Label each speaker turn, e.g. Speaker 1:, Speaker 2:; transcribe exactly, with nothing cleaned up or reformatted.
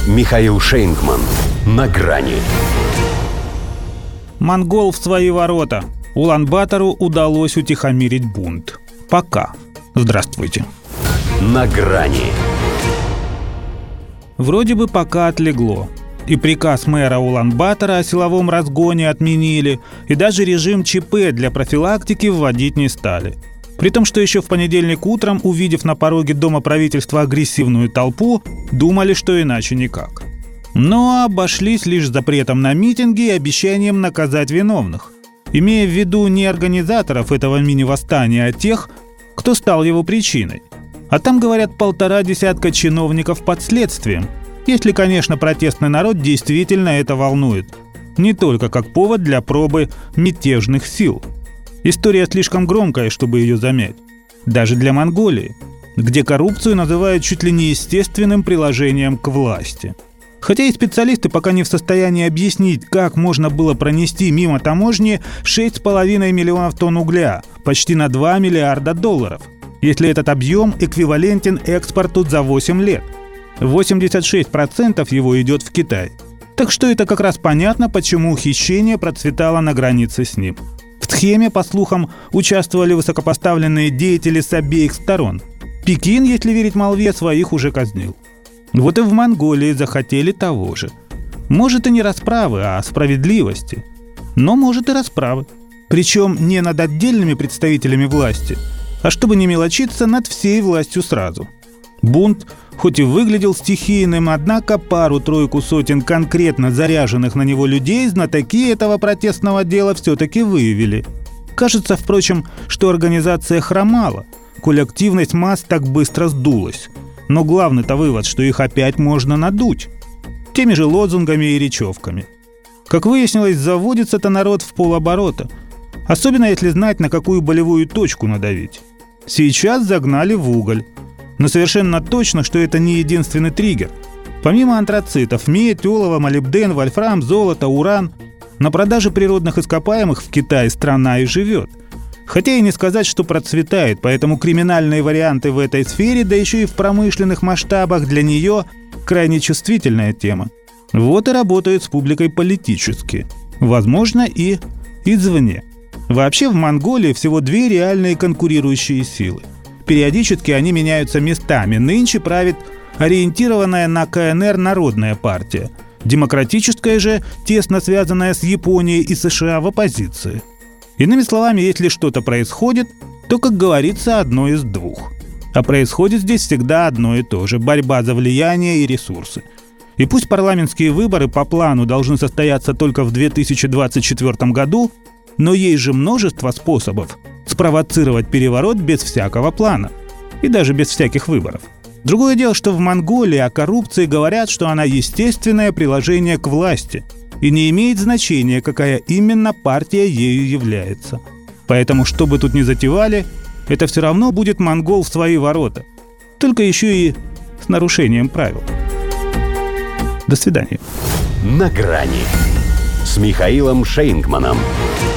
Speaker 1: Михаил Шейнгман. На грани.
Speaker 2: Монгол в свои ворота. Улан-Батору удалось утихомирить бунт. Пока. Здравствуйте.
Speaker 1: На грани.
Speaker 2: Вроде бы пока отлегло. И приказ мэра Улан-Батора о силовом разгоне отменили, и даже режим ЧП для профилактики вводить не стали. При том, что еще в понедельник утром, увидев на пороге Дома правительства агрессивную толпу, думали, что иначе никак. Но обошлись лишь запретом на митинги и обещанием наказать виновных, имея в виду не организаторов этого мини-восстания, а тех, кто стал его причиной. А там, говорят, полтора десятка чиновников под следствием, если, конечно, протестный народ действительно это волнует, не только как повод для пробы мятежных сил. История слишком громкая, чтобы ее замять. Даже для Монголии, где коррупцию называют чуть ли не естественным приложением к власти. Хотя и специалисты пока не в состоянии объяснить, как можно было пронести мимо таможни шесть с половиной миллионов тонн угля, почти на два миллиарда долларов, если этот объем эквивалентен экспорту за восемь лет. восемьдесят шесть процентов его идет в Китай. Так что это как раз понятно, почему хищение процветало на границе с ним. В схеме, по слухам, участвовали высокопоставленные деятели с обеих сторон. Пекин, если верить молве, своих уже казнил. Вот и в Монголии захотели того же. Может и не расправы, а справедливости. Но может и расправы. Причем не над отдельными представителями власти, а чтобы не мелочиться, над всей властью сразу. Бунт, хоть и выглядел стихийным, однако пару-тройку сотен конкретно заряженных на него людей знатоки этого протестного дела все-таки выявили. Кажется, впрочем, что организация хромала, коль активность масс так быстро сдулась. Но главный-то вывод, что их опять можно надуть. Теми же лозунгами и речевками. Как выяснилось, заводится-то народ в полоборота. Особенно если знать, на какую болевую точку надавить. Сейчас загнали в уголь. Но совершенно точно, что это не единственный триггер. Помимо антрацитов, медь, олово, молибден, вольфрам, золото, уран, на продаже природных ископаемых в Китае страна и живет. Хотя и не сказать, что процветает, поэтому криминальные варианты в этой сфере, да еще и в промышленных масштабах, для нее крайне чувствительная тема. Вот и работают с публикой политически. Возможно, и извне. Вообще в Монголии всего две реальные конкурирующие силы. Периодически они меняются местами. Нынче правит ориентированная на КНР Народная партия. Демократическая же, тесно связанная с Японией и США, в оппозиции. Иными словами, если что-то происходит, то, как говорится, одно из двух. А происходит здесь всегда одно и то же – борьба за влияние и ресурсы. И пусть парламентские выборы по плану должны состояться только в две тысячи двадцать четвёртом году, но есть же множество способов спровоцировать переворот без всякого плана и даже без всяких выборов. Другое дело, что в Монголии о коррупции говорят, что она естественное приложение к власти, и не имеет значения, какая именно партия ею является. Поэтому, что бы тут ни затевали, это все равно будет монгол в свои ворота. Только еще и с нарушением правил. До свидания.
Speaker 1: На грани с Михаилом Шейнгманом.